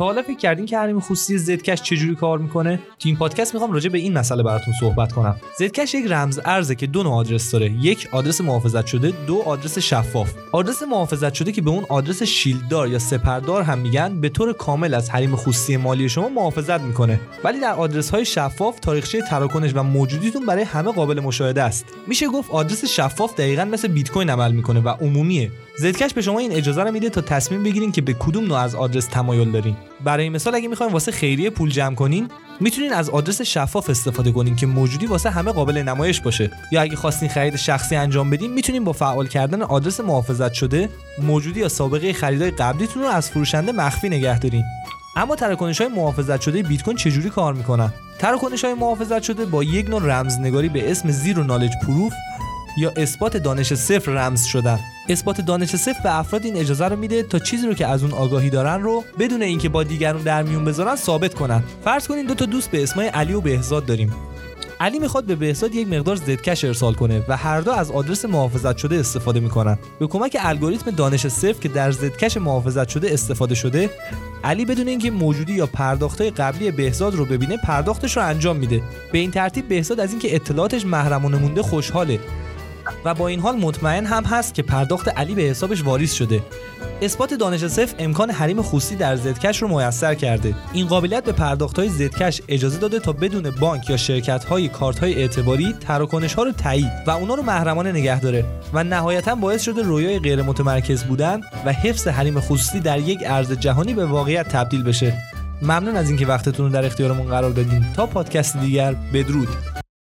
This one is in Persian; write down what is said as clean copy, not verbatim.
تا حالا فکر کردین که حریم خصوصی زدکش چجوری کار میکنه؟ تو این پادکست میخوام راجع به این مسئله براتون صحبت کنم. زدکش یک رمز ارزه که دو نوع آدرس داره. یک آدرس محافظت شده، دو آدرس شفاف. آدرس محافظت شده که به اون آدرس شیلددار یا سپردار هم میگن، به طور کامل از حریم خصوصی مالی شما محافظت میکنه. ولی در آدرس‌های شفاف تاریخچه تراکنش و موجودیتون برای همه قابل مشاهده است. میشه گفت آدرس شفاف دقیقاً مثل بیت کوین عمل میکنه و عمومیه. زدکش به شما این اجازه رو میده تا تصمیم بگیرین که به کدوم نوع از آدرس تمایل دارین. برای مثال اگه میخواین واسه خیریه پول جمع کنین، میتونین از آدرس شفاف استفاده کنین که موجودی واسه همه قابل نمایش باشه. یا اگه خواستین خرید شخصی انجام بدین، میتونین با فعال کردن آدرس محافظت شده موجودی یا سابقه خریدای قبلیتون رو از فروشنده مخفی نگه دارین. اما تراکنش‌های محافظت شده بیت کوین چجوری کار میکنن؟ تراکنش‌های محافظت شده با یک نوع رمزنگاری به اسم زیرو نالج پروف یا اثبات دانش صفر رمز شدن. اثبات دانش صفر به افراد این اجازه رو میده تا چیزی رو که از اون آگاهی دارن رو بدون اینکه با دیگران در میون بذارن ثابت کنن. فرض کنین دو تا دوست به اسمای علی و بهزاد داریم. علی میخواد به بهزاد یک مقدار زدکش ارسال کنه و هر دو از آدرس محافظت شده استفاده میکنن. به کمک الگوریتم دانش صفر که در زدکش محافظت شده استفاده شده، علی بدون اینکه موجودی یا پرداخت‌های قبلی بهزاد رو ببینه پرداختش رو انجام میده. به این ترتیب بهزاد از اینکه اطلاعاتش محرمانه مونده خوشحاله و با این حال مطمئن هم هست که پرداخت علی به حسابش واریز شده. اثبات دانش صفر امکان حریم خصوصی در زدکش رو میسر کرده. این قابلیت به پرداخت‌های زدکش اجازه داده تا بدون بانک یا شرکت‌های کارت‌های اعتباری تراکنش‌ها رو تایید و اونا رو محرمانه نگه داره و نهایتاً باعث شده رویای غیر متمرکز بودن و حفظ حریم خصوصی در یک ارز جهانی به واقعیت تبدیل بشه. ممنون از اینکه وقتتون رو در اختیارمون قرار دادین. تا پادکست دیگر، بدرود.